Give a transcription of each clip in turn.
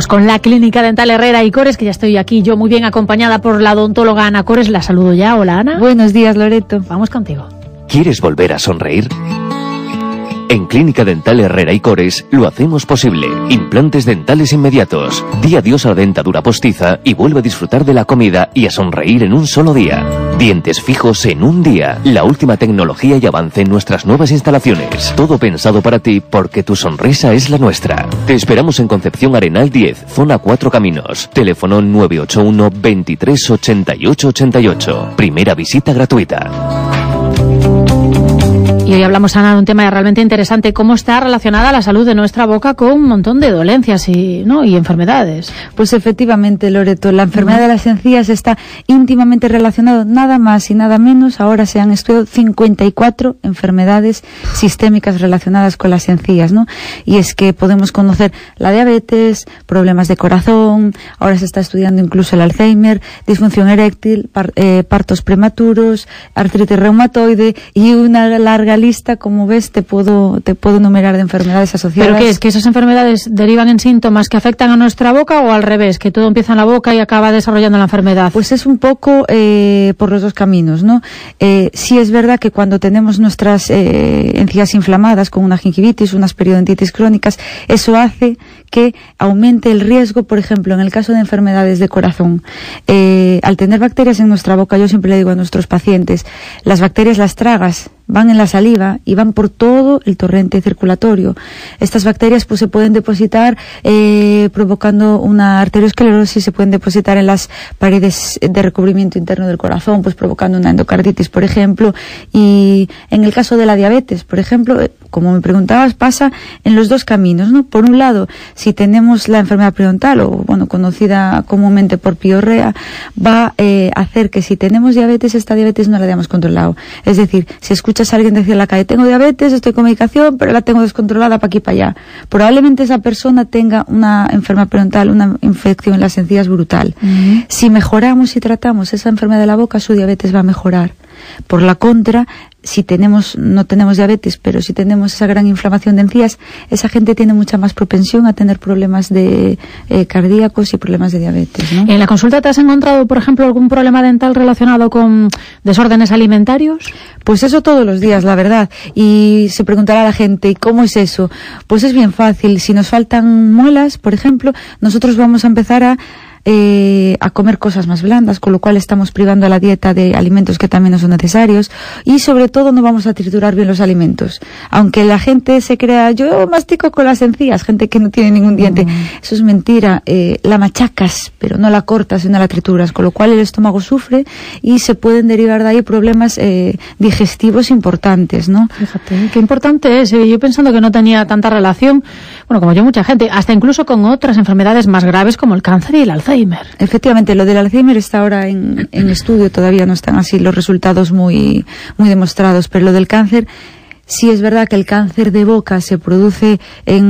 Vamos con la Clínica Dental Herrera y Cores, que ya estoy aquí yo muy bien acompañada por la odontóloga Ana Cores. La saludo ya. Hola, Ana. Buenos días, Loreto. Vamos contigo. ¿Quieres volver a sonreír? En Clínica Dental Herrera y Cores lo hacemos posible. Implantes dentales inmediatos. Di adiós a la dentadura postiza y vuelve a disfrutar de la comida y a sonreír en un solo día. Dientes fijos en un día. La última tecnología y avance en nuestras nuevas instalaciones. Todo pensado para ti porque tu sonrisa es la nuestra. Te esperamos en Concepción Arenal 10, zona 4 Caminos. Teléfono 981 23 88 88. Primera visita gratuita. Y hoy hablamos, Ana, de un tema realmente interesante: cómo está relacionada la salud de nuestra boca con un montón de dolencias y enfermedades. Pues efectivamente, Loreto, la enfermedad de las encías está íntimamente relacionada, nada más y nada menos. Ahora se han estudiado 54 enfermedades sistémicas relacionadas con las encías, ¿no? Y es que podemos conocer la diabetes, problemas de corazón, ahora se está estudiando incluso el Alzheimer, disfunción eréctil, partos prematuros, artritis reumatoide y una larga lista, como ves, te puedo enumerar de enfermedades asociadas. ¿Pero qué es? ¿Que esas enfermedades derivan en síntomas que afectan a nuestra boca o al revés, que todo empieza en la boca y acaba desarrollando la enfermedad? Pues es un poco por los dos caminos, ¿no? Sí es verdad que cuando tenemos nuestras encías inflamadas con una gingivitis, unas periodontitis crónicas, eso hace que aumente el riesgo, por ejemplo, en el caso de enfermedades de corazón. Al tener bacterias en nuestra boca, yo siempre le digo a nuestros pacientes, las bacterias las tragas, van en la saliva y van por todo el torrente circulatorio. Estas bacterias pues se pueden depositar provocando una arteriosclerosis, se pueden depositar en las paredes de recubrimiento interno del corazón, pues provocando una endocarditis, por ejemplo. Y en el caso de la diabetes, por ejemplo, como me preguntabas, pasa en los dos caminos, ¿no? Por un lado, si tenemos la enfermedad periodontal, o bueno, conocida comúnmente por piorrea, va a hacer que si tenemos diabetes, esta diabetes no la hayamos controlado. Es decir, si escuchas a alguien decir en la calle, tengo diabetes, estoy con medicación, pero la tengo descontrolada para aquí y para allá, probablemente esa persona tenga una enfermedad periodontal, una infección en las encías brutal. Si mejoramos y tratamos esa enfermedad de la boca, su diabetes va a mejorar. Por la contra, si no tenemos diabetes, pero si tenemos esa gran inflamación de encías, esa gente tiene mucha más propensión a tener problemas de cardíacos y problemas de diabetes, ¿no? ¿En la consulta te has encontrado, por ejemplo, algún problema dental relacionado con desórdenes alimentarios? Pues eso todos los días, la verdad. Y se preguntará a la gente, ¿y cómo es eso? Pues es bien fácil. Si nos faltan muelas, por ejemplo, nosotros vamos a empezar a comer cosas más blandas, con lo cual estamos privando a la dieta de alimentos que también no son necesarios, y sobre todo no vamos a triturar bien los alimentos. Aunque la gente se crea, yo mastico con las encías, gente que no tiene ningún diente, eso es mentira. La machacas, pero no la cortas, sino la trituras, con lo cual el estómago sufre y se pueden derivar de ahí problemas digestivos importantes, ¿no? Fíjate, qué importante es. Yo pensando que no tenía tanta relación, bueno, como yo, mucha gente, hasta incluso con otras enfermedades más graves como el cáncer y el Alzheimer. Efectivamente, lo del Alzheimer está ahora en estudio, todavía no están así los resultados muy demostrados, pero lo del cáncer, sí es verdad que el cáncer de boca se produce en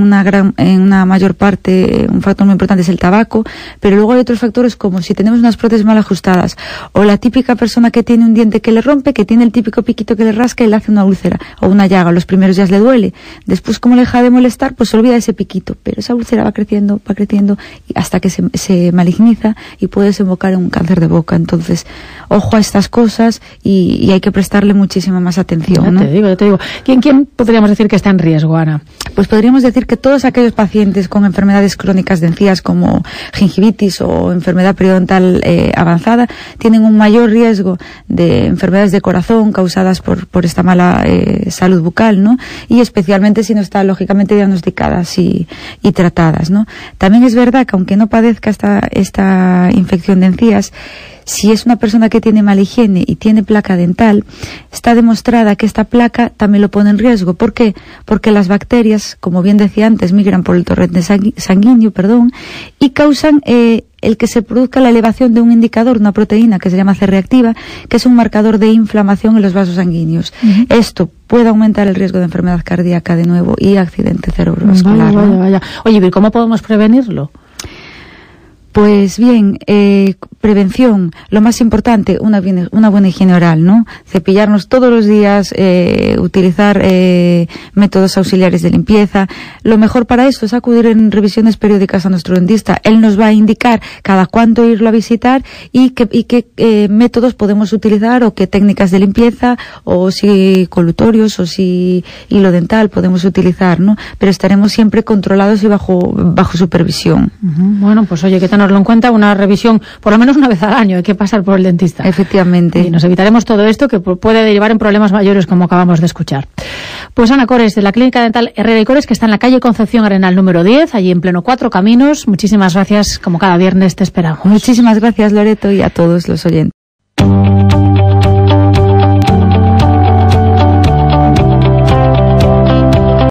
una mayor parte, un factor muy importante es el tabaco, pero luego hay otros factores como si tenemos unas prótesis mal ajustadas, o la típica persona que tiene un diente que le rompe, que tiene el típico piquito que le rasca y le hace una úlcera o una llaga. Los primeros días le duele, después como le deja de molestar, pues se olvida ese piquito, pero esa úlcera va creciendo hasta que se maligniza y puede desembocar en un cáncer de boca. Entonces, ojo a estas cosas y hay que prestarle muchísima más atención, ¿no? Yo te digo. ¿Quién podríamos decir que está en riesgo, Ana? Pues podríamos decir que todos aquellos pacientes con enfermedades crónicas de encías como gingivitis o enfermedad periodontal avanzada tienen un mayor riesgo de enfermedades de corazón causadas por esta mala salud bucal, ¿no? Y especialmente si no están lógicamente diagnosticadas y tratadas, ¿no? También es verdad que aunque no padezca esta infección de encías, si es una persona que tiene mala higiene y tiene placa dental, está demostrada que esta placa también lo pone en riesgo. ¿Por qué? Porque las bacterias, como bien decía antes, migran por el torrente sanguíneo, y causan el que se produzca la elevación de un indicador, una proteína que se llama C-reactiva, que es un marcador de inflamación en los vasos sanguíneos. Esto puede aumentar el riesgo de enfermedad cardíaca de nuevo y accidente cerebrovascular. Vaya. Oye, ¿y cómo podemos prevenirlo? Pues bien, prevención, lo más importante, una buena higiene oral, ¿no? Cepillarnos todos los días, utilizar métodos auxiliares de limpieza. Lo mejor para esto es acudir en revisiones periódicas a nuestro dentista. Él nos va a indicar cada cuánto irlo a visitar y qué métodos podemos utilizar o qué técnicas de limpieza o si colutorios o si hilo dental podemos utilizar, ¿no? Pero estaremos siempre controlados y bajo supervisión. Bueno, pues oye, que tenerlo en cuenta, una revisión por lo menos una vez al año, hay que pasar por el dentista. Efectivamente. Y nos evitaremos todo esto que puede derivar en problemas mayores, como acabamos de escuchar. Pues Ana Cores, de la Clínica Dental Herrera y Cores, que está en la calle Concepción Arenal número 10, allí en pleno Cuatro Caminos. Muchísimas gracias, como cada viernes te esperamos. Muchísimas gracias, Loreto, y a todos los oyentes.